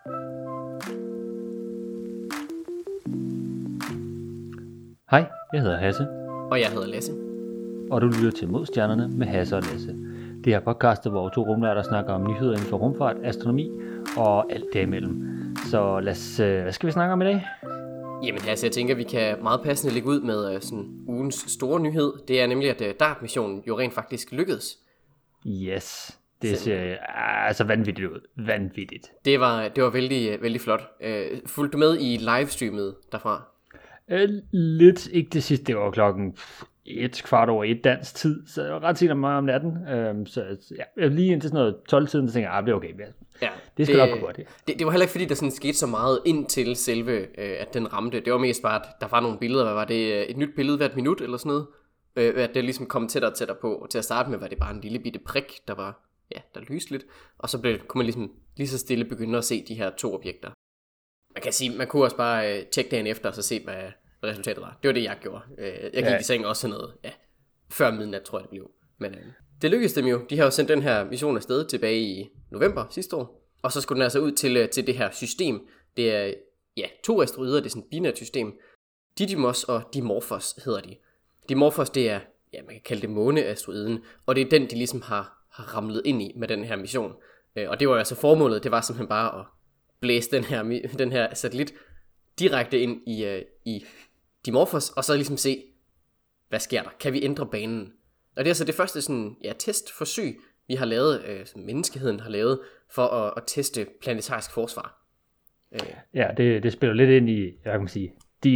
Hej, jeg hedder Hasse, Og jeg hedder Lasse. og du lytter til Modstjernerne med Hasse og Lasse. Det her podcast, hvor to rumlærder snakker om nyheder inden for rumfart, astronomi og alt derimellem. Så hvad skal vi snakke om i dag? Jamen Hasse, jeg tænker, vi kan meget passende lægge ud med sådan ugens store nyhed. Det er nemlig, at DART-missionen jo rent faktisk lykkedes. Yes, det ser altså vanvittigt ud. Vanvittigt. Det var vældig, vældig flot. Fulgte du med i livestreamet derfra? Lidt, ikke det sidste, det var klokken 1:15 dansk tid, så jeg var ret sent om natten. Så ja, lige indtil sådan noget 12-tiden, så tænkte jeg, det er okay. Ja, det skal nok gå godt. Det var heller ikke fordi, der sådan skete så meget indtil selve, at den ramte. Det var mest bare, at der var nogle billeder. Hvad var det? Et nyt billede hvert minut eller sådan noget? At det ligesom kom tættere og tættere på. Og til at starte med var det bare en lille bitte prik, der lyste lidt. Og så kunne man ligesom lige så stille begynde at se de her to objekter. Man kan sige, man kunne også bare tjekke dagen efter og så se, hvad resultatet var. Det var det, jeg gjorde. Jeg gik i seng også sådan noget, før midnat, tror jeg det blev. Men det lykkedes dem jo. De har jo sendt den her mission afsted tilbage i november sidste år. Og så skulle den altså ud til det her system. Det er 2 asteroider, det er sådan et binært system. Didymos og Dimorphos hedder de. Dimorphos, det er, man kan kalde det måneasteroiden. Og det er den, de ligesom har ramlet ind i med den her mission. Og det var altså formålet, det var simpelthen bare at blæse den her satellit direkte ind i Dimorphos, og så ligesom se, hvad sker der? Kan vi ændre banen? Og det er altså det første sådan, testforsøg, vi har lavet, som menneskeheden har lavet, for at teste planetarisk forsvar. Ja, det spiller lidt ind i, hvad kan man sige,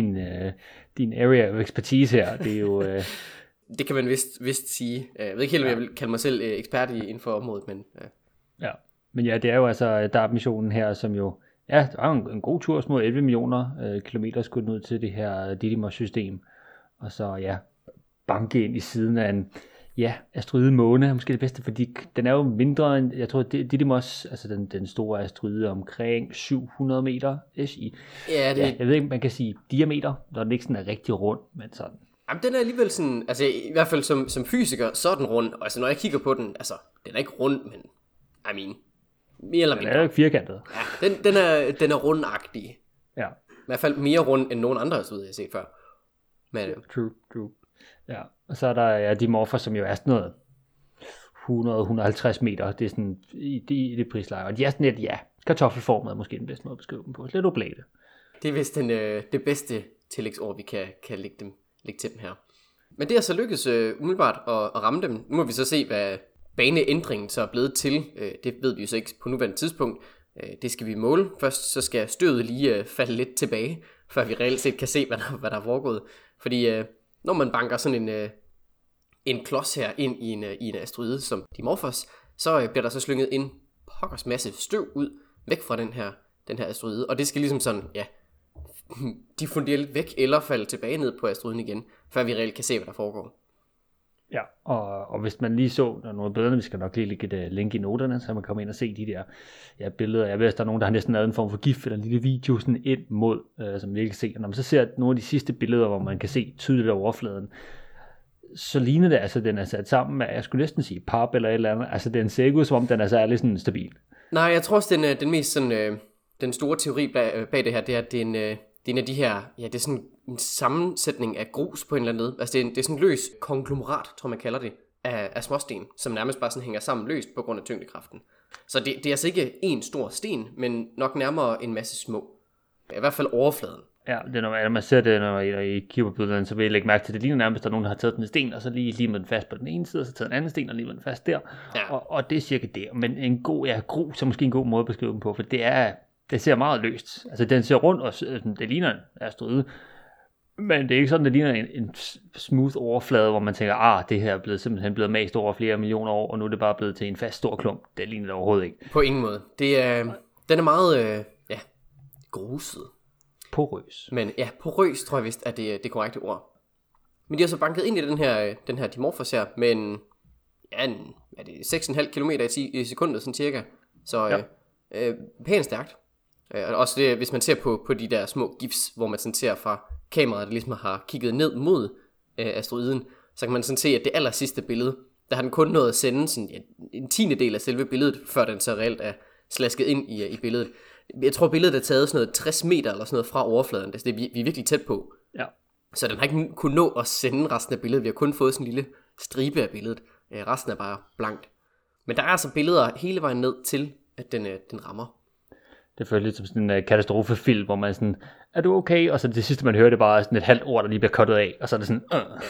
din area of expertise her. Det er jo... Det kan man vist sige. Jeg ved ikke helt, om jeg vil kalde mig selv ekspert inden for området, men... Ja, men ja, det er jo altså DART-missionen her, som jo... Ja, det var en god tur, små 11 millioner kilometer skulle den ud til det her Didymos-system. Og så banke ind i siden af en asteroide måne er måske det bedste, fordi den er jo mindre end, jeg tror, Didymos, altså den store asteroide omkring 700 meter i. Ja, jeg ved ikke, man kan sige diameter, når den ikke sådan er rigtig rund, men sådan. Jamen, den er alligevel sådan, altså i hvert fald som fysiker, så er den rund. Og altså når jeg kigger på den, altså, den er ikke rund, men mere eller mindre. Den er jo ikke firkantet. Ja, den er rundagtig. Ja. I hvert fald mere rund end nogen andre, jeg har set før. Men, True. Ja, og så er der Dimorphos, som jo er sådan noget 100-150 meter. Det er sådan i det prisleje. Og de er sådan lidt, kartoffelformet er måske den bedste måde at beskrive dem på. Lidt oblate. Det er vist det bedste tillægsord, vi kan lægge til dem her. Men det er så lykkedes umiddelbart at ramme dem. Nu må vi så se, hvad baneændringen så er blevet til. Det ved vi jo så ikke på nuværende tidspunkt. Det skal vi måle. Først så skal støvet lige falde lidt tilbage, før vi reelt set kan se, hvad der er foregået. Fordi når man banker sådan en klods her ind i en asteroide som Dimorphos, så bliver der så slynget en pokkers masse støv ud, væk fra den her asteroide. Og det skal ligesom sådan, diffundere lidt væk, eller falde tilbage ned på asteroiden igen, før vi reelt kan se, hvad der foregår. Ja, og hvis man lige så nogle af billederne, vi skal nok lige lægge et link i noterne, så man kommer ind og se de der billeder. Jeg ved, at der er nogen, der har næsten lavet en form for gif eller en lille video sådan ind mod, som vi ikke kan se. Og når man så ser nogle af de sidste billeder, hvor man kan se tydeligt overfladen, så ligner det, altså den er sat sammen med, jeg skulle næsten sige pap eller et eller andet. Altså den ser ikke ud, som om den er særlig sådan stabil. Nej, jeg tror også, den mest sådan, den store teori bag det her, det er, at det er en af de her, det er sådan en sammensætning af grus på en eller anden måde. Altså det er sådan en løs konglomerat, tror man kalder det, af småsten, som nærmest bare sådan hænger sammen løst på grund af tyngdekraften. Så det er altså ikke en stor sten, men nok nærmere en masse små. I hvert fald overfladen. Ja, det er når man ser det, når I kigger på billederne, så vil jeg lægge mærke til, det ligner nærmest, at der er nogen, der har taget den sten, og så lige med den fast på den ene side, og så taget en anden sten, og lige med den fast der. Ja. Og det er cirka det. Men en god, grus er måske en god måde at beskrive dem på, for det ser meget løst. Altså den ser rundt, og det ligner en asteroide, men det er ikke sådan, det ligner en smooth overflade, hvor man tænker, det her er simpelthen blevet mast over flere millioner år, og nu er det bare blevet til en fast stor klump. Det ligner det overhovedet ikke. På ingen måde. Den er meget, gruset. Porøs. Men porøs tror jeg vist er det korrekte ord. Men de har så banket ind i den her Dimorphos her, med en 6,5 km i sekundet, sådan cirka. Så pænt stærkt. Også det, hvis man ser på de der små gifs, hvor man sådan ser fra kameraet, der ligesom har kigget ned mod asteroiden, så kan man sådan se, at det aller sidste billede, der har den kun nået at sende sådan en tiendedel af selve billedet, før den så reelt er slasket ind i billedet. Jeg tror billedet er taget sådan noget 60 meter eller sådan noget fra overfladen. Altså, vi er virkelig tæt på. Ja. Så den har ikke kunnet nå at sende resten af billedet. Vi har kun fået sådan en lille stribe af billedet. Resten er bare blankt. Men der er altså billeder hele vejen ned til, at den rammer. Det føles lidt som sådan en katastrofefilm, hvor man sådan, er du okay? Og så det sidste man hører, det bare sådan et halvt ord, der lige bliver cuttet af. Og så er det sådan,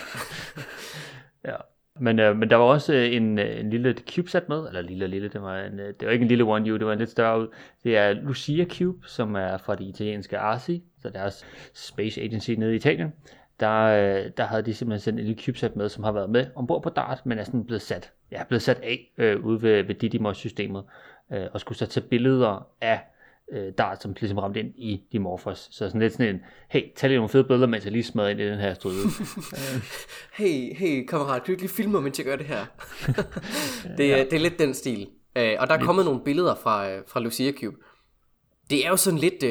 Ja. Men der var også en lille CubeSat med, eller lille, det var ikke en lille One U, det var en lidt større ud. Det er Lucia Cube, som er fra det italienske ARSI, så deres Space Agency nede i Italien. Der havde de simpelthen sendt en lille CubeSat med, som har været med ombord på DART, men er sådan blevet sat af ude ved Didymos-systemet, og skulle så tage billeder af DART, som ligesom ramte ind i Dimorphos. Så sådan lidt sådan en, hey, tag lige nogle fede billeder, mens jeg lige smadrer ind i den her asteroide. hey kammerat, kan du ikke lige filme mig, mens jeg gør det her? det er lidt den stil. Og der er kommet nogle billeder fra Lucia Cube. Det er jo sådan lidt,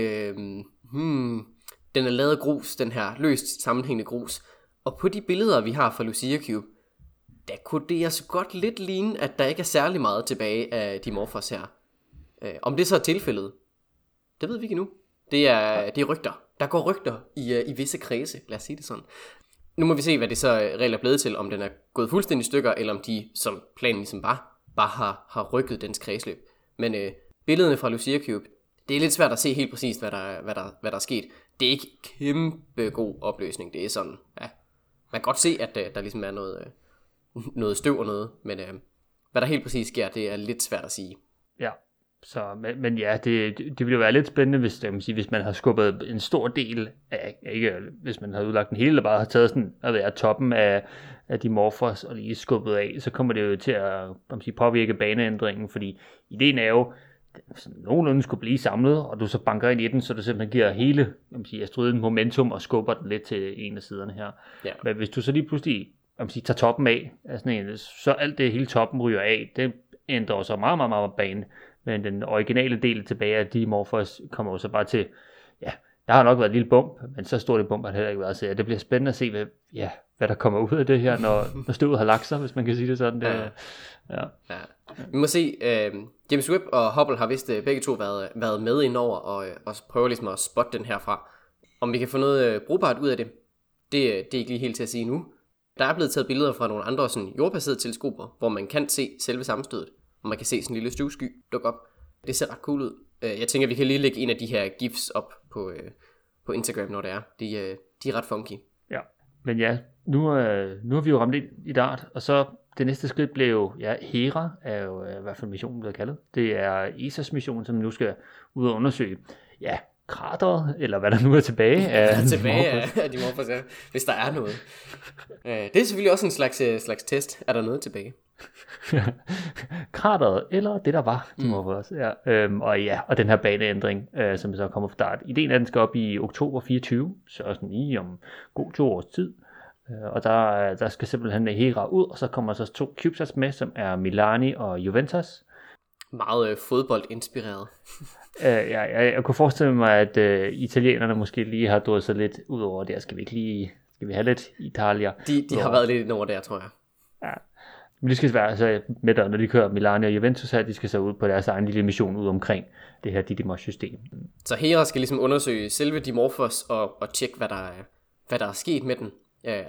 den er lavet af grus, den her løst sammenhængende grus. Og på de billeder, vi har fra Lucia Cube, der kunne det altså godt lidt ligne, at der ikke er særlig meget tilbage af Dimorphos her. Om det så er tilfældet, det ved vi ikke endnu. Det er rygter. Der går rygter i visse kredse, lad os sige det sådan. Nu må vi se, hvad det så reelt er blevet til, om den er gået fuldstændig i stykker, eller om de, som planen ligesom bare har rykket dens kredsløb. Men billederne fra Lucia Cube, det er lidt svært at se helt præcist, hvad der er sket. Det er ikke kæmpe god opløsning. Det er sådan, ja, man kan godt se, at der ligesom er noget støv og noget, men hvad der helt præcis sker, det er lidt svært at sige. Ja. Så, men ja, det ville jo være lidt spændende, hvis man har skubbet en stor del af, ikke hvis man har udlagt den hele, eller bare har taget sådan, toppen af Dimorphos og lige skubbet af, så kommer det jo til at påvirke baneændringen, fordi ideen er jo, sådan, nogenlunde skulle blive samlet, og du så banker ind i den, så du simpelthen giver hele asteroiden momentum og skubber den lidt til en af siderne her. Ja. Men hvis du så lige pludselig tager toppen af, så alt det hele toppen ryger af, det ændrer så meget, meget, meget bane. Men den originale del tilbage af Dimorphos kommer jo så bare til, ja, der har nok været et lille bump, men så stort et bump har det heller ikke været. Så ja, det bliver spændende at se, hvad der kommer ud af det her, når støvet har lagt sig, hvis man kan sige det sådan. Ja. Vi må se, James Webb og Hubble har vist begge to været med indover og prøver ligesom at spotte den herfra. Om vi kan få noget brugbart ud af det, det er ikke lige helt til at sige nu. Der er blevet taget billeder fra nogle andre sådan jordbaserede teleskoper, hvor man kan se selve sammenstødet. Og man kan se sådan en lille støvsky dukke op. Det ser ret cool ud. Jeg tænker, vi kan lige lægge en af de her gifs op på Instagram, når det er. De er ret funky. Ja, men ja, nu har vi jo ramt ind i DART, og så det næste skridt blev jo, Hera er jo i hvert fald missionen blevet kaldet. Det er ESA's mission, som nu skal ud og undersøge, krateret, eller hvad der nu er tilbage af Dimorphos, hvis der er noget. Det er selvfølgelig også en slags test. Er der noget tilbage? Krateret, eller det der var Dimorphos. Og den her baneændring, som så kommer fra DART. Ideen er, den skal op i oktober 24, så sådan lige om god 2 års tid. Og der skal simpelthen Hera ud, og så kommer så 2 CubeSats med, som er Milani og Juventus. Meget fodboldinspireret. Jeg kunne forestille mig, at italienerne måske lige har drået sig lidt ud over det. Skal vi have lidt Italia? De har været lidt ind over der, tror jeg. Ja. Men de skal være altså, med der, når de kører Milani og Juventus her, de skal så ud på deres egen lille mission ud omkring det her Didymos-system. Så Hera skal ligesom undersøge selve Dimorphos og tjekke, hvad der er sket med den.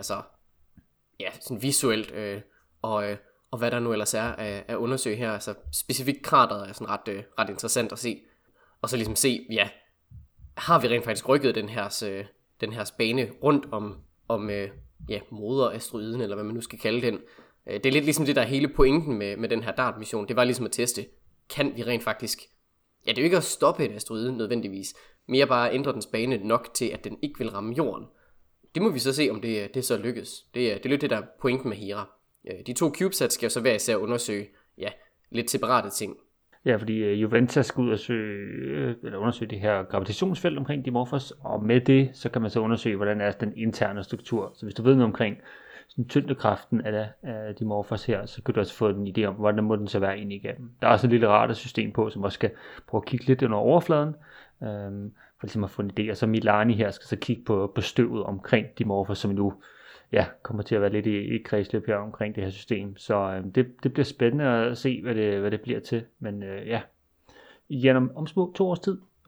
Sådan visuelt, og hvad der nu ellers er at undersøge her. Altså specifikt krateret er sådan ret interessant at se. Og så ligesom se, har vi rent faktisk rykket den her bane rundt om moderasteroiden, eller hvad man nu skal kalde den. Det er lidt ligesom det, der er hele pointen med den her DART-mission. Det var ligesom at teste, kan vi rent faktisk... Ja, det er jo ikke at stoppe en asteroide nødvendigvis. Mere bare ændre dens bane nok til, at den ikke vil ramme jorden. Det må vi så se, om det så lykkes. Det er lidt det, der er pointen med Hera. De 2 CubeSats skal jo så hver især undersøge lidt separate ting. Ja, fordi Juventus skal ud og undersøge det her gravitationsfelt omkring Dimorphos, og med det, så kan man så undersøge, hvordan er den interne struktur. Så hvis du ved noget omkring tyngdekraften af Dimorphos her, så kan du også få en idé om, hvordan må den så være ind igennem. Der er også et lille radarsystem på, som også skal prøve at kigge lidt under overfladen, for ligesom at få en idé. Og så Milani her skal så kigge på støvet omkring Dimorphos, som nu kommer til at være lidt i kredsløb her omkring det her system. Så det bliver spændende at se, hvad det bliver til. Men igen om små 2 års tid,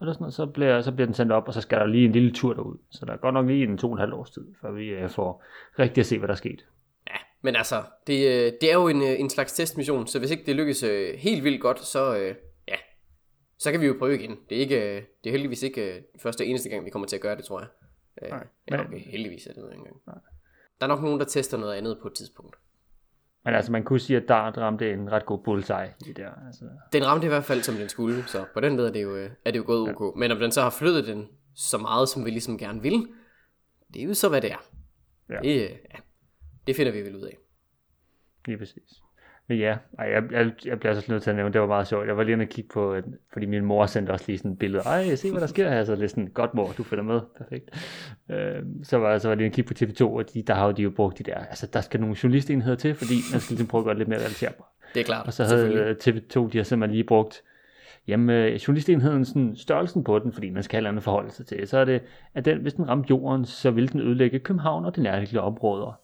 eller sådan noget, så bliver den sendt op, og så skal der lige en lille tur derud. Så der er godt nok lige 2,5 års tid, før vi får rigtig at se, hvad der er sket. Ja, men altså, det er jo en slags testmission, så hvis ikke det lykkes helt vildt godt, så kan vi jo prøve igen. Det er heldigvis ikke første eneste gang, vi kommer til at gøre det, tror jeg. Nej, okay, heldigvis er det noget engang. Nej. Der er nok nogen, der tester noget andet på et tidspunkt. Men altså, man kunne sige, at Dart ramte en ret god bullseye i der. Altså. Den ramte i hvert fald, som den skulle, så på den led er det jo gået ok. Ja. Men om den så har flyttet den så meget, som vi ligesom gerne vil, det er jo så, hvad det er. Ja. Det finder vi vel ud af. Lige præcis. Men ja, jeg bliver så nødt til at nævne, det var meget sjovt. Jeg var lige inde og kigge på, fordi min mor sendte også lige sådan et billede. Se hvad der sker her. Så lidt sådan, godt mor, du følger med. Perfekt. Så var jeg lige inde og kigge på TV2, og der har de jo brugt de der, altså der skal nogle journalistenheder til, fordi man skal ligesom prøve at gøre det lidt mere relaterbart. Det er klart. Og så havde TV2, de har simpelthen lige brugt, journalistenheden, sådan størrelsen på den, fordi man skal have andet forholde sig til. Så er det, at hvis den ramte jorden, så vil den ødelægge København og de nærliggende områder.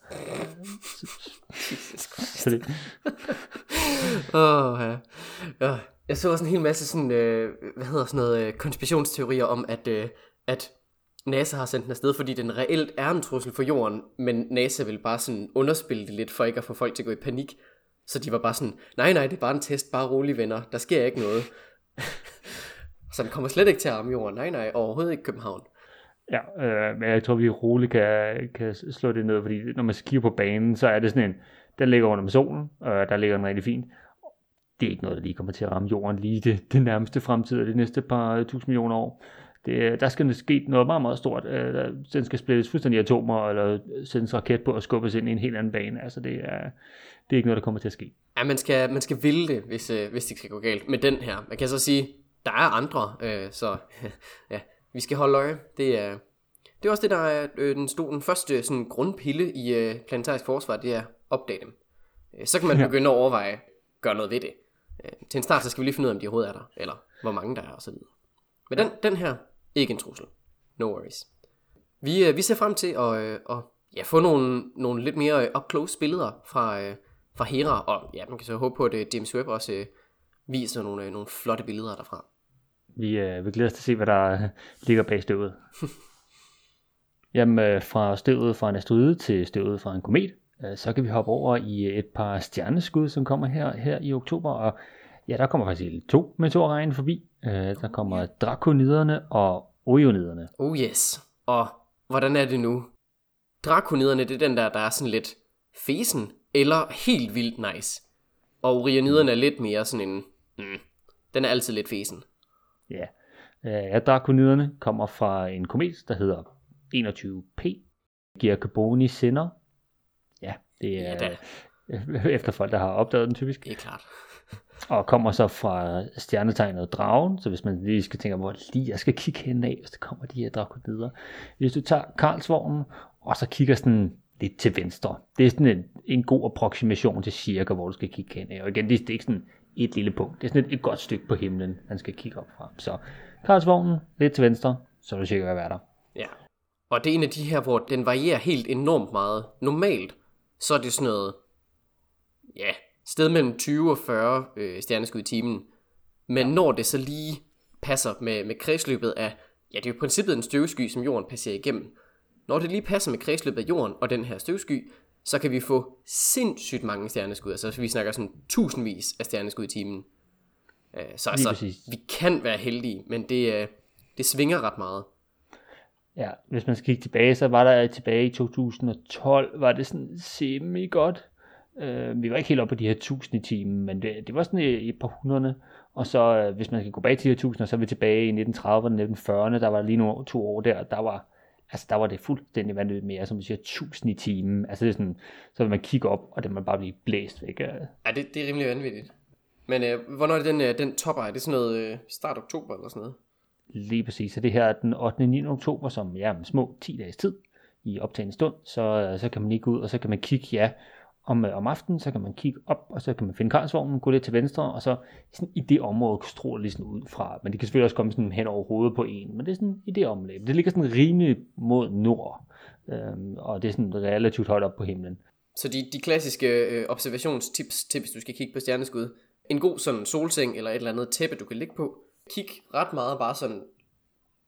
Så det. Ja. Jeg så også en hel masse sådan, konspirationsteorier om, at NASA har sendt den afsted, fordi den reelt er en trussel for jorden, men NASA vil bare sådan underspille det lidt, for ikke at få folk til at gå i panik. Så de var bare sådan, nej, det er bare en test, bare rolig venner, der sker ikke noget. Så den kommer slet ikke til at ramme jorden, nej, overhovedet ikke København. Ja, men jeg tror, vi roligt kan slå det ned, fordi når man kigger på banen, så er det sådan den ligger under med solen, og der ligger den rigtig fint. Det er ikke noget, der lige kommer til at ramme jorden lige det nærmeste fremtid, de næste par 1000 millioner år. Der skal ske noget meget, meget stort. Den skal splittes fuldstændig i atomer, eller sendes raket på og skubbes ind i en helt anden bane. Altså det er ikke noget, der kommer til at ske. Ja, man skal ville det, hvis det skal gå galt med den her. Man kan så sige, der er andre, så ja, vi skal holde øje. Det er også det, der er den første sådan, grundpille i planetarisk forsvar, det er opdage dem. Så kan man begynde at overveje, gøre noget ved det. Til en start, så skal vi lige finde ud af, om de overhovedet er der, eller hvor mange der er, og så videre. Men den her, ikke en trussel. No worries. Vi ser frem til at få nogle lidt mere up-close billeder fra Hera, og ja, man kan så håbe på, at James Webb også viser nogle flotte billeder derfra. Vi glæder os til at se, hvad der ligger bag støvet. Jamen, fra støvet fra en asteroide til støvet fra en komet, så kan vi hoppe over i et par stjerneskud, som kommer her i oktober, og ja, der kommer faktisk 2 meteorregn forbi. Der kommer drakoniderne og orioniderne. Oh yes. Og hvordan er det nu? Drakoniderne, det er den der er sådan lidt fesen, eller helt vildt nice. Og orioniderne er lidt mere sådan en, den er altid lidt fesen. Ja, drakoniderne kommer fra en komet, der hedder 21P. Giacoboni Sinner. Ja, det er efter folk, der har opdaget den typisk. Det er klart. Og kommer så fra stjernetegnet Dragen, så hvis man lige skal tænke, hvor lige jeg skal kigge henad, hvis der kommer de her drakonider. Hvis du tager Karlsvognen, og så kigger sådan lidt til venstre. Det er sådan en god approximation til cirka, hvor du skal kigge henad. Og igen, det er ikke sådan et lille punkt. Det er sådan et godt stykke på himlen, man skal kigge op fra. Så Karlsvognen, lidt til venstre, så er du sikkert hvad der. Ja, og det er en af de her, hvor den varierer helt enormt meget. Normalt, så er det sådan noget, sted mellem 20 og 40 stjerneskud i timen. Men når det så lige passer med kredsløbet af, det er jo i princippet en støvsky, som jorden passerer igennem. Når det lige passer med kredsløbet af jorden og den her støvsky, så kan vi få sindssygt mange stjerneskud. Altså vi snakker sådan tusindvis af stjerneskud i timen. Så altså, vi kan være heldige, men det svinger ret meget. Ja, hvis man skal kigge tilbage, så var der tilbage i 2012, var det sådan semi-godt. Vi var ikke helt oppe på de her 1000 i timen, men det var sådan et par hundrede. Og så hvis man skal gå bag til de her 1000, så er vi tilbage i 1930'erne, 1940'erne, der var lige nogle 2 år der var det fuldstændig vanvittigt mere, som vi siger, 1000 i timen. Altså det er sådan, så vil man kigge op, og det man bare blive blæst væk. Ja, det er rimelig vanvittigt. Men hvornår er det den topper? Er det sådan noget start oktober eller sådan noget? Lige præcis, så det her er den 8. og 9. oktober, som små 10 dages tid i optagende stund, så kan man lige gå ud, og så kan man kigge, om aftenen, så kan man kigge op, og så kan man finde Karlsvognen, gå lidt til venstre, og så sådan i det område stråler det sådan ud fra, men det kan selvfølgelig også komme sådan hen over hovedet på en, men det er sådan i det område. Det ligger sådan rimelig mod nord, og det er sådan relativt højt op på himlen. Så de klassiske observationstips til, hvis du skal kigge på stjerneskud, en god sådan solseng eller et eller andet tæppe, du kan ligge på. Kig ret meget bare sådan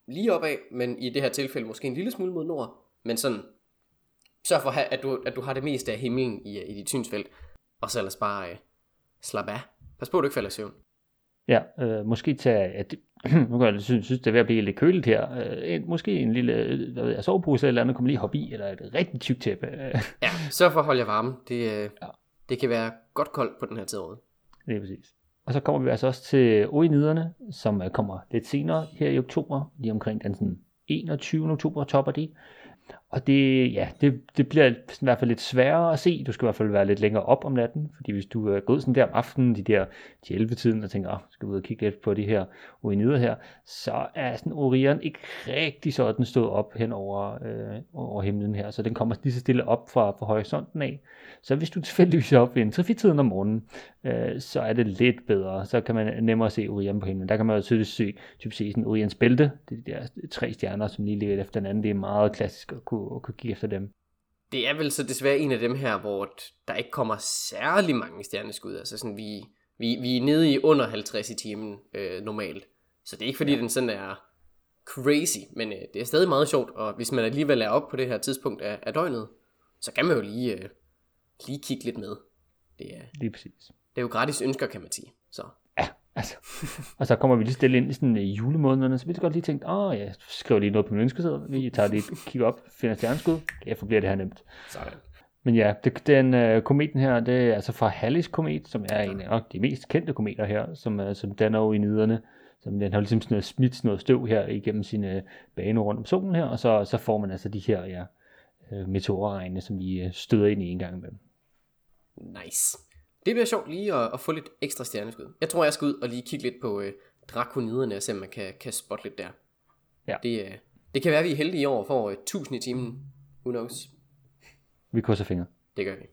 lige opad, men i det her tilfælde måske en lille smule mod nord, men sådan, sørg for, at du har det meste af himlen i dit synsfelt, og så ellers bare slappe af. Pas på, at du ikke falder i søvn. Ja, måske tage, nu kan jeg synes, det er ved at blive lidt køligt her, måske en lille sovepose eller andet, kommer lige hoppe i, eller et rigtig tykt tæppe. Ja, sørg for at holde jer varme. Det kan være godt koldt på den her tid af året. Det er præcis. Og så kommer vi altså også til Oiniderne, som kommer lidt senere her i oktober, lige omkring den sådan 21. oktober topper de. Og det bliver i hvert fald lidt sværere at se. Du skal i hvert fald være lidt længere op om natten, fordi hvis du går ud sådan der om aftenen, de 11-tiden, og tænker, skal ud og kigge lidt på de her Oinider her, så er sådan Orion ikke rigtig sådan stået op hen over himlen her, så den kommer lige så stille op fra horisonten af. Så hvis du tilfældigvis er op ved en 3-4-tiden om morgenen, så er det lidt bedre. Så kan man nemmere se Orion på himlen. Der kan man jo typisk se sådan Orions bælte, det er de der 3 stjerner, som lige ligger efter hinanden. Det er meget klassisk at kunne kigge efter dem. Det er vel så desværre en af dem her, hvor der ikke kommer særlig mange stjerneskud. Altså sådan, vi er nede i under 50 i timen normalt. Så det er ikke fordi, den sådan er crazy, men det er stadig meget sjovt. Og hvis man alligevel er op på det her tidspunkt af døgnet, så kan man jo lige kigge lidt med. Lige præcis. Det er jo gratis ønsker, kan man sige. Så. Ja, altså. Og så kommer vi lige stille ind i sådan julemånederne, så vi skal godt lige tænke, jeg skriver lige noget på min ønskeseddel, vi tager lige kigger op, finder stjerneskud, for bliver det her nemt. Sådan. Men ja, den kometen her, det er altså fra Halleys komet, som er en af de mest kendte kometer her, som danner Oiniderne. Som den har ligesom smidt noget støv her igennem sine baner rundt om solen her, og så får man altså de her meteorregne, som vi støder ind i en gang imellem. Nice. Det bliver sjovt lige at få lidt ekstra stjerneskud. Jeg tror, jeg skal ud og lige kigge lidt på drakoniderne, og se om man kan spotte lidt der. Ja. Det kan være, at vi er heldige i år for 1000 i timen. Who knows? Vi krydser fingre. Det gør vi.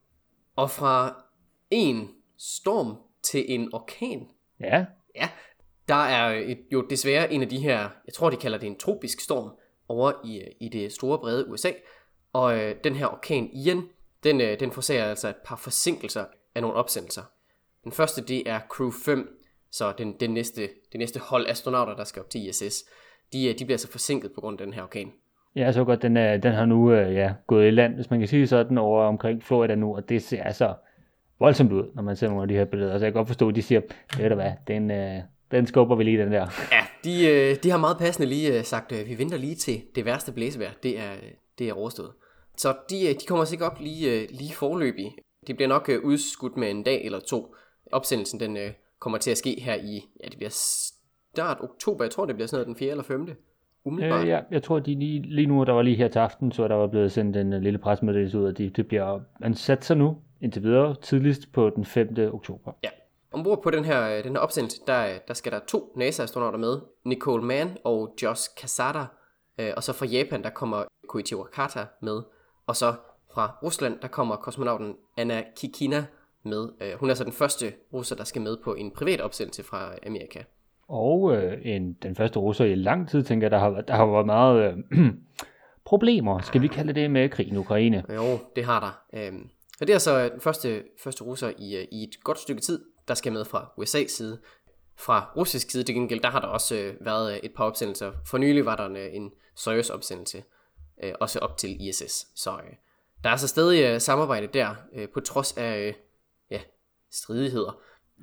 Og fra en storm til en orkan. Ja. Ja, der er jo desværre en af de her, jeg tror de kalder det en tropisk storm, over i det store brede USA. Og den her orkan Ian, den forsager altså et par forsinkelser af nogle opsendelser. Den første, det er Crew 5, så det næste hold astronauter, der skal op til ISS, de bliver altså forsinket på grund af den her orkan. Ja, så godt, den har nu gået i land, hvis man kan sige sådan, over omkring Florida nu, og det ser altså voldsomt ud, når man ser nogle af de her billeder. Så jeg kan godt forstå, at de siger, ved du hvad, den skubber vi lige, den der. Ja, de har meget passende lige sagt, vi venter lige til det værste blæsevejr, det er overstået. Så de kommer sikkert op lige forløbig. De bliver nok udskudt med en dag eller to. Opsendelsen den kommer til at ske her det bliver start oktober. Jeg tror, det bliver sådan noget den 4. eller 5. Umiddelbart. Ja, jeg tror, de lige nu, der var lige her til aften, så der var blevet sendt en lille pressemeddelelse ud, at det bliver ansat sig nu, indtil videre, tidligst på den 5. oktober. Ja. Ombord på den her opsendelse, der skal der 2 NASA-astronauter med, Nicole Mann og Josh Casada, og så fra Japan, der kommer Koichi Wakata med, og så fra Rusland, der kommer kosmonauten Anna Kikina med. Hun er så den første russer, der skal med på en privat opsendelse fra Amerika. Og den første russer i lang tid, tænker jeg, der har været meget problemer, skal vi kalde det, med krigen i Ukraine. Jo, det har der. Og det er så den første russer i et godt stykke tid, der skal med fra USA's side. Fra russisk side til gengæld, der har der også været et par opsendelser. For nylig var der en Soyuz-opsendelse, også op til ISS. Så der er så stadig samarbejde der, på trods af stridigheder,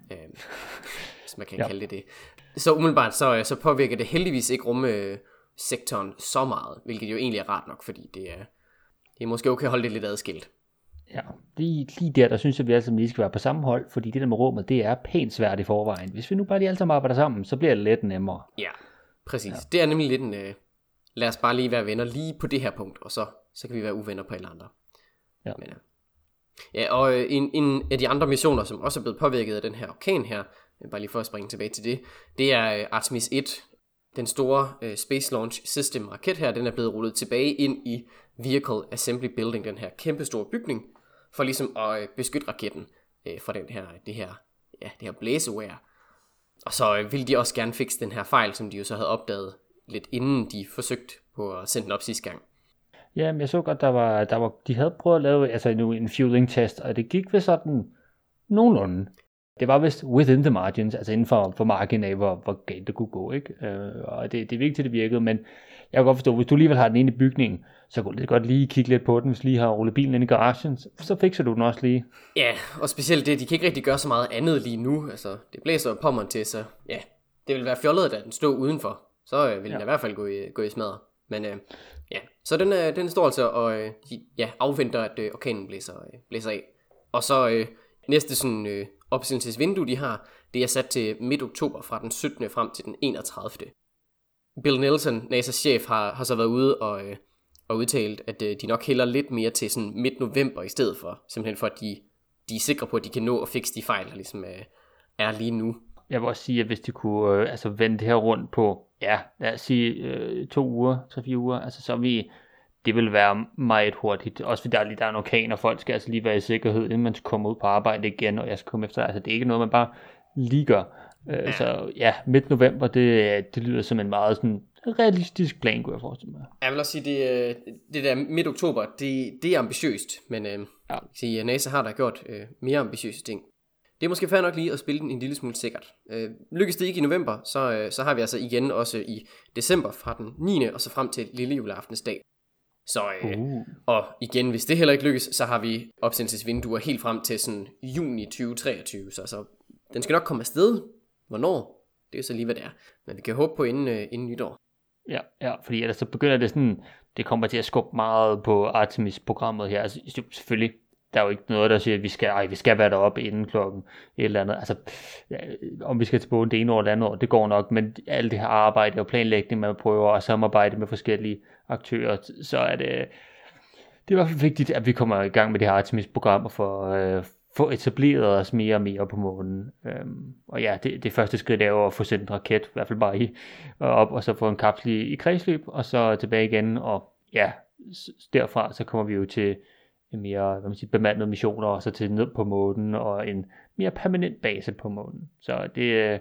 hvis man kan kalde det. Så umiddelbart så påvirker det heldigvis ikke rumsektoren så meget, hvilket jo egentlig er rart nok, fordi det er måske okay at holde det lidt adskilt. Ja, lige der synes jeg, at vi alle sammen lige skal være på samme hold, fordi det der med rummet, det er pænt svært i forvejen. Hvis vi nu bare lige alle sammen arbejder sammen, så bliver det lidt nemmere. Ja, præcis. Ja. Det er nemlig lidt en, lad os bare lige være venner lige på det her punkt, og så kan vi være uvenner på alle andre. Ja. Men, ja, og en af de andre missioner, som også er blevet påvirket af den her orkan her, bare lige for at springe tilbage til det er Artemis 1, den store Space Launch System raket her, den er blevet rullet tilbage ind i Vehicle Assembly Building, den her kæmpestore bygning, for ligesom at beskytte raketten fra det her blæsevejr. Og så ville de også gerne fikse den her fejl, som de jo så havde opdaget lidt inden de forsøgte på at sende den op sidste gang. Ja, men jeg så godt, de havde prøvet at lave en fueling test, og det gik ved sådan nogenlunde. Det var vist within the margins, altså inden for margin af, hvor galt det kunne gå, ikke? Og det er vigtigt, at det virkede, men jeg kan godt forstå, hvis du alligevel har den inde i bygningen, så kunne det godt lige kigge lidt på den, hvis du lige har rullet bilen ind i garagen, så fikser du den også lige. Ja, og specielt det, de kan ikke rigtig gøre så meget andet lige nu, altså det blæser jo pommeren til, så ja, det vil være fjollet, at den stod udenfor, så vil den i hvert fald gå i smadret. Men ja, så den står altså og afventer, at orkanen blæser af. Og så næste sådan opsendelsesvindue, de har, det er sat til midt oktober fra den 17. frem til den 31. Bill Nelson, NASA's chef, har så været ude og udtalt, at de nok hælder lidt mere til sådan midt november i stedet for, simpelthen for at de er sikre på, at de kan nå at fikse de fejl, der ligesom er lige nu. Jeg vil også sige, at hvis de kunne vende det her rundt på, lad os sige 2 uger, 3-4 uger, altså så det vil være meget hurtigt. Også fordi der er en orkan, og folk skal altså lige være i sikkerhed, inden man skal komme ud på arbejde igen, og jeg skal komme efter. Altså det er ikke noget, man bare lige gør. Så ja, midt november, det lyder som en meget sådan realistisk plan, kunne jeg forestille mig. Jeg vil også sige, det der midt oktober, det er ambitiøst, men sige, NASA har da gjort mere ambitiøse ting. Det er måske fair nok lige at spille den en lille smule sikkert. Lykkes det ikke i november, så har vi altså igen også i december fra den 9. og så frem til lille juleaftensdag. Så, og igen, hvis det heller ikke lykkes, så har vi opsendelsesvinduer helt frem til sådan juni 2023. Så den skal nok komme afsted. Hvornår? Det er så lige, hvad det er. Men vi kan håbe på inden nytår. Ja, fordi ellers så begynder det sådan, det kommer til at skubbe meget på Artemis-programmet her. Altså selvfølgelig, der er jo ikke noget, der siger, at vi skal være deroppe inden klokken et eller andet. Altså, om vi skal tilbage det ene år eller andet år, det går nok, men alt det her arbejde og planlægning, man prøver at samarbejde med forskellige aktører, så er det er i hvert fald vigtigt, at vi kommer i gang med det her Artemis-program og få etableret os mere og mere på månen. Og ja, det første skridt er jo at få sendt en raket, i hvert fald bare op, og så få en kapsel i kredsløb, og så tilbage igen, og ja, derfra så kommer vi jo til en mere bemandede missioner, og så til ned på månen, og en mere permanent base på månen. Så det,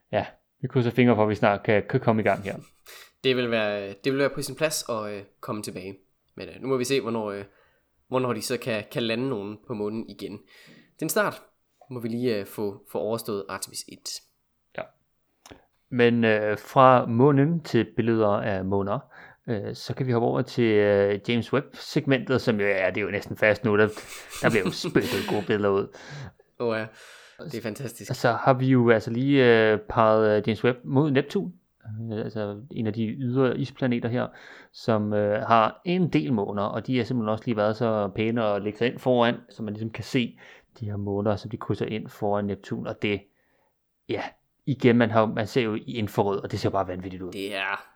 vi krydser fingre for, at vi snart kan komme i gang her. Det vil være på sin plads at komme tilbage. Men nu må vi se, hvornår de så kan lande nogen på månen igen. Til en start må vi lige få overstået Artemis 1. Ja. Men fra månen til billeder af måner, så kan vi hoppe over til James Webb-segmentet, som jo det er jo næsten fast nu, der bliver jo spyttet gode billeder ud. Ja, det er fantastisk. Og så har vi jo altså lige peget James Webb mod Neptun, altså en af de ydre isplaneter her, som har en del måner, og de har simpelthen også lige været så pæne at lægge sig ind foran, så man ligesom kan se de her måner, som de krydser ind foran Neptun, og det, igen, man ser jo i infrarød, og det ser bare vanvittigt ud. Det er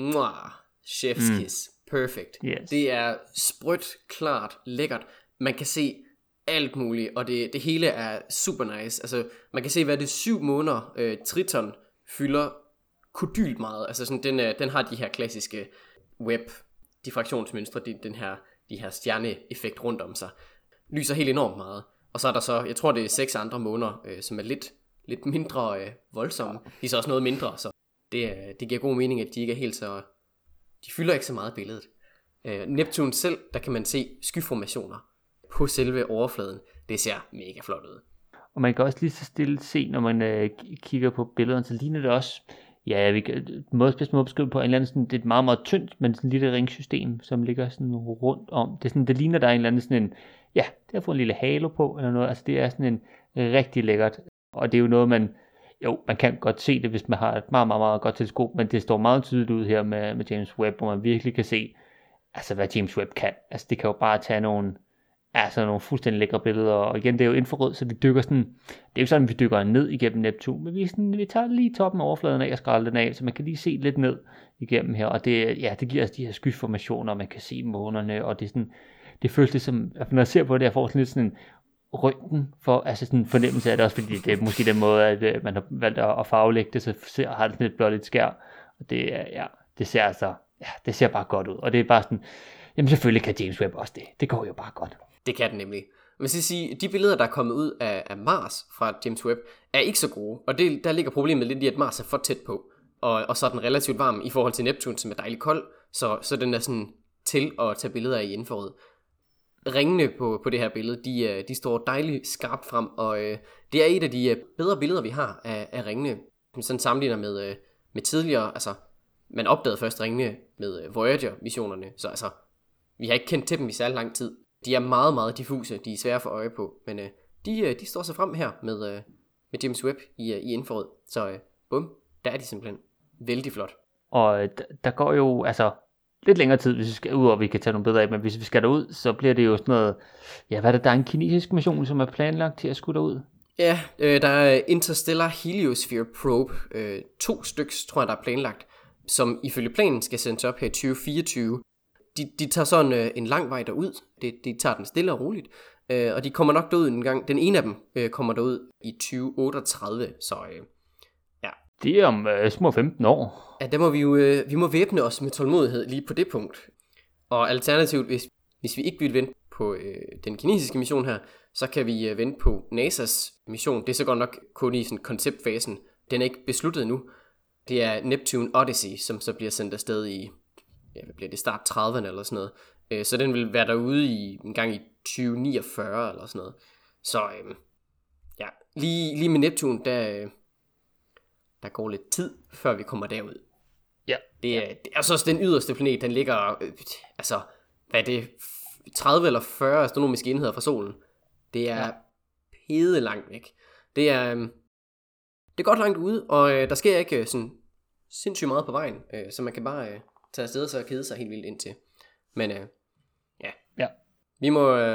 chef's kiss. Perfect. Yes. Det er sprødt, klart, lækkert. Man kan se alt muligt, og det hele er super nice. Altså, man kan se, hvad det er 7 måneder Triton fylder kodylt meget. Altså sådan, den har de her klassiske Webb-diffraktionsmønstre, de her stjerneeffekt rundt om sig. Lyser helt enormt meget. Og så er der så, jeg tror det er 6 andre måneder, som er lidt mindre voldsomme. De er så også noget mindre, så det giver god mening, at de ikke er helt så... De fylder ikke så meget billedet. Neptun selv, der kan man se skyformationer på selve overfladen. Det ser mega flot ud. Og man kan også lige så stille se, når man kigger på billederne, så ligner det også... Ja, vi kan bedst måde beskrive på en eller anden sådan, det er et meget, meget tyndt, men sådan et lille ringsystem, som ligger sådan rundt om. Det er sådan, det ligner der er en eller anden sådan en, det har fået en lille halo på, eller noget. Altså det er sådan en rigtig lækkert, og det er jo noget, man kan godt se det, hvis man har et meget, meget, meget godt teleskop, men det står meget tydeligt ud her med James Webb, hvor man virkelig kan se, altså hvad James Webb kan. Altså det kan jo bare tage nogle fuldstændig lækre billeder, og igen, det er jo infrarød, så vi dykker sådan, det er jo sådan, at vi dykker ned igennem Neptun, men vi tager lige toppen af overfladen af og skræller den af, så man kan lige se lidt ned igennem her, og det giver os de her skyformationer, og man kan se månerne, og det er sådan, det føles det som, at når jeg ser på det, jeg får sådan lidt sådan en røntgen for, altså sådan en fornemmelse af det, også fordi det er måske den måde, at man har valgt at farvelægge det, så har det sådan et blåligt skær, og det ser altså, det ser bare godt ud, og det er bare sådan, jamen selvfølgelig kan James Webb også det går jo bare godt. Det kan den nemlig. Man skal sige, de billeder, der er kommet ud af Mars fra James Webb, er ikke så gode. Og der ligger problemet lidt i, at Mars er for tæt på. Og så er den relativt varm i forhold til Neptun, som er dejligt kold. Så den er sådan til at tage billeder i infrarød. ringene på det her billede, de står dejligt skarpt frem, og det er et af de bedre billeder, vi har af ringene, sådan sammenligner med tidligere, altså man opdagede først ringene med Voyager-missionerne, så altså, vi har ikke kendt til dem i særlig lang tid. De er meget, meget diffuse, de er svære at få øje på, men de står så frem her med James Webb i infrarød, så bum, der er de simpelthen vældig flot. Og der går jo altså lidt længere tid, hvis vi skal ud, og vi kan tage nogle billeder af, men hvis vi skal derud, så bliver det jo sådan noget, ja, hvad er det, der er en kinesisk mission, som er planlagt til at skulle derud? Ja, der er Interstellar Heliosphere Probe, 2 styks, tror jeg, der er planlagt, som ifølge planen skal sendes op her i 2024. De tager sådan en lang vej derud, de tager den stille og roligt, og de kommer nok derud en gang. Den ene af dem kommer derud i 2038, så ja. Det er om små 15 år. Ja, der må vi må væbne os med tålmodighed lige på det punkt. Og alternativt, hvis vi ikke vil vente på den kinesiske mission her, så kan vi vente på NASA's mission. Det er så godt nok kun i sådan konceptfasen. Den er ikke besluttet endnu. Det er Neptune Odyssey, som så bliver sendt afsted i, ja, hvad bliver det, start 30'erne eller sådan noget. Så den vil være derude en gang i 2049 eller sådan noget. Så ja, lige med Neptune, der går lidt tid, før vi kommer derud. Ja. Det er så også den yderste planet, den ligger, altså, hvad er det, 30 eller 40 astronomiske enheder fra solen. Det er pede langt væk. Det er godt langt ude, og der sker ikke sådan sindssygt meget på vejen, så man kan bare tage afsted og så kede sig helt vildt indtil. Men ja. Vi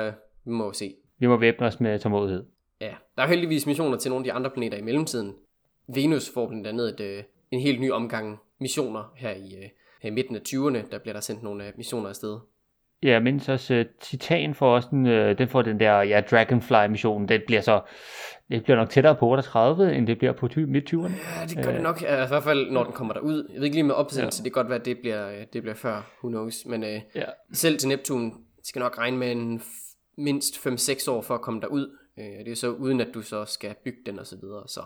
må se. Vi må væbne os med tålmodighed. Ja, der er heldigvis missioner til nogle af de andre planeter i mellemtiden. Venus får blandt andet en helt ny omgang missioner her i midten af 20'erne. Der bliver der sendt nogle missioner afsted. Ja, mens også Titan får også den får den der Dragonfly-mission. Det bliver nok tættere på 38, end det bliver på midt-20'erne. Ja, det gør det nok. I hvert fald, når den kommer derud. Jeg ved ikke lige med opsendelse, det kan godt være, at det bliver før. Who knows. Men selv til Neptune skal nok regne med mindst 5-6 år for at komme derud. Det er så uden, at du så skal bygge den og så videre. Så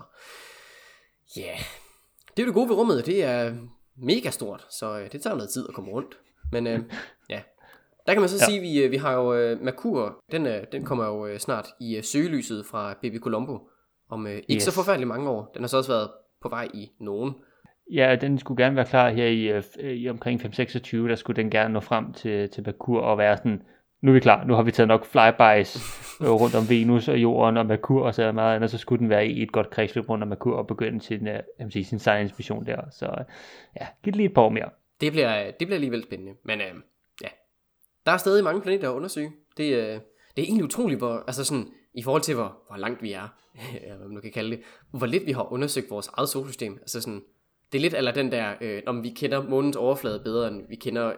ja, det er jo det gode ved rummet. Det er mega stort, så det tager noget tid at komme rundt. Men ja, der kan man så sige, at vi har jo Merkur, den kommer jo snart i søgelyset fra Baby Colombo om ikke så forfærdeligt mange år. Den har så også været på vej i nogen. Ja, den skulle gerne være klar her i omkring 5-26, der skulle den gerne nå frem til Merkur og være sådan, nu er vi klar, nu har vi taget nok flybys rundt om Venus og Jorden og Merkur og så meget andet, så skulle den være i et godt kredsløb rundt om Merkur og begynde sin science mission der. Så ja, giv det lige et par år mere. Det bliver alligevel spændende, men ja, der er stadig mange planeter at undersøge. Det er egentlig utroligt, altså sådan, i forhold til hvor langt vi er, hvad man nu kan kalde det, hvor lidt vi har undersøgt vores eget solsystem. Altså sådan, det er lidt eller den der, om vi kender månens overflade bedre, end vi kender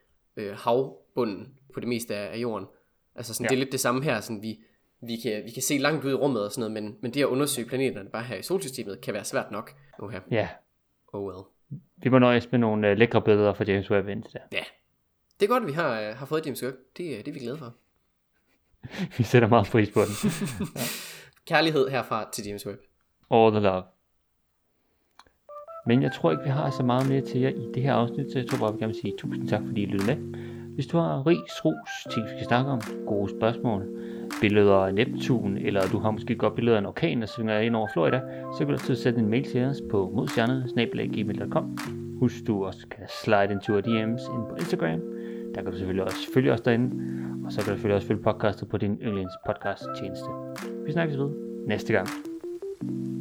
havbunden på det meste af jorden. Altså sådan, det er lidt det samme her, sådan vi kan se langt ud i rummet og sådan noget, men det at undersøge planeterne bare her i solsystemet kan være svært nok. Okay. Ja. Oh well. Vi må nøjes med nogle lækre billeder fra James Webb indtil der. Ja. Det er godt, at vi har fået James Webb. Det er vi glade for. Vi sætter meget pris på den. Ja. Kærlighed herfra til James Webb. All the love. Men jeg tror ikke, vi har så meget mere til jer i det her afsnit, så jeg tror bare, vi gerne vil sige tusind tak, fordi I lyttede med. Hvis du har ris, ros, ting vi skal snakke om, gode spørgsmål, billeder af Neptun, eller du har måske godt billeder af en orkan, der svinger ind over Florida, så kan du altid sætte en mail til os på modstjerne@gmail.com. Husk, du også kan slide en tur DM's ind på Instagram. Der kan du selvfølgelig også følge os derinde, og så kan du selvfølgelig også følge podcastet på din yndlings podcast tjeneste. Vi snakkes ved næste gang.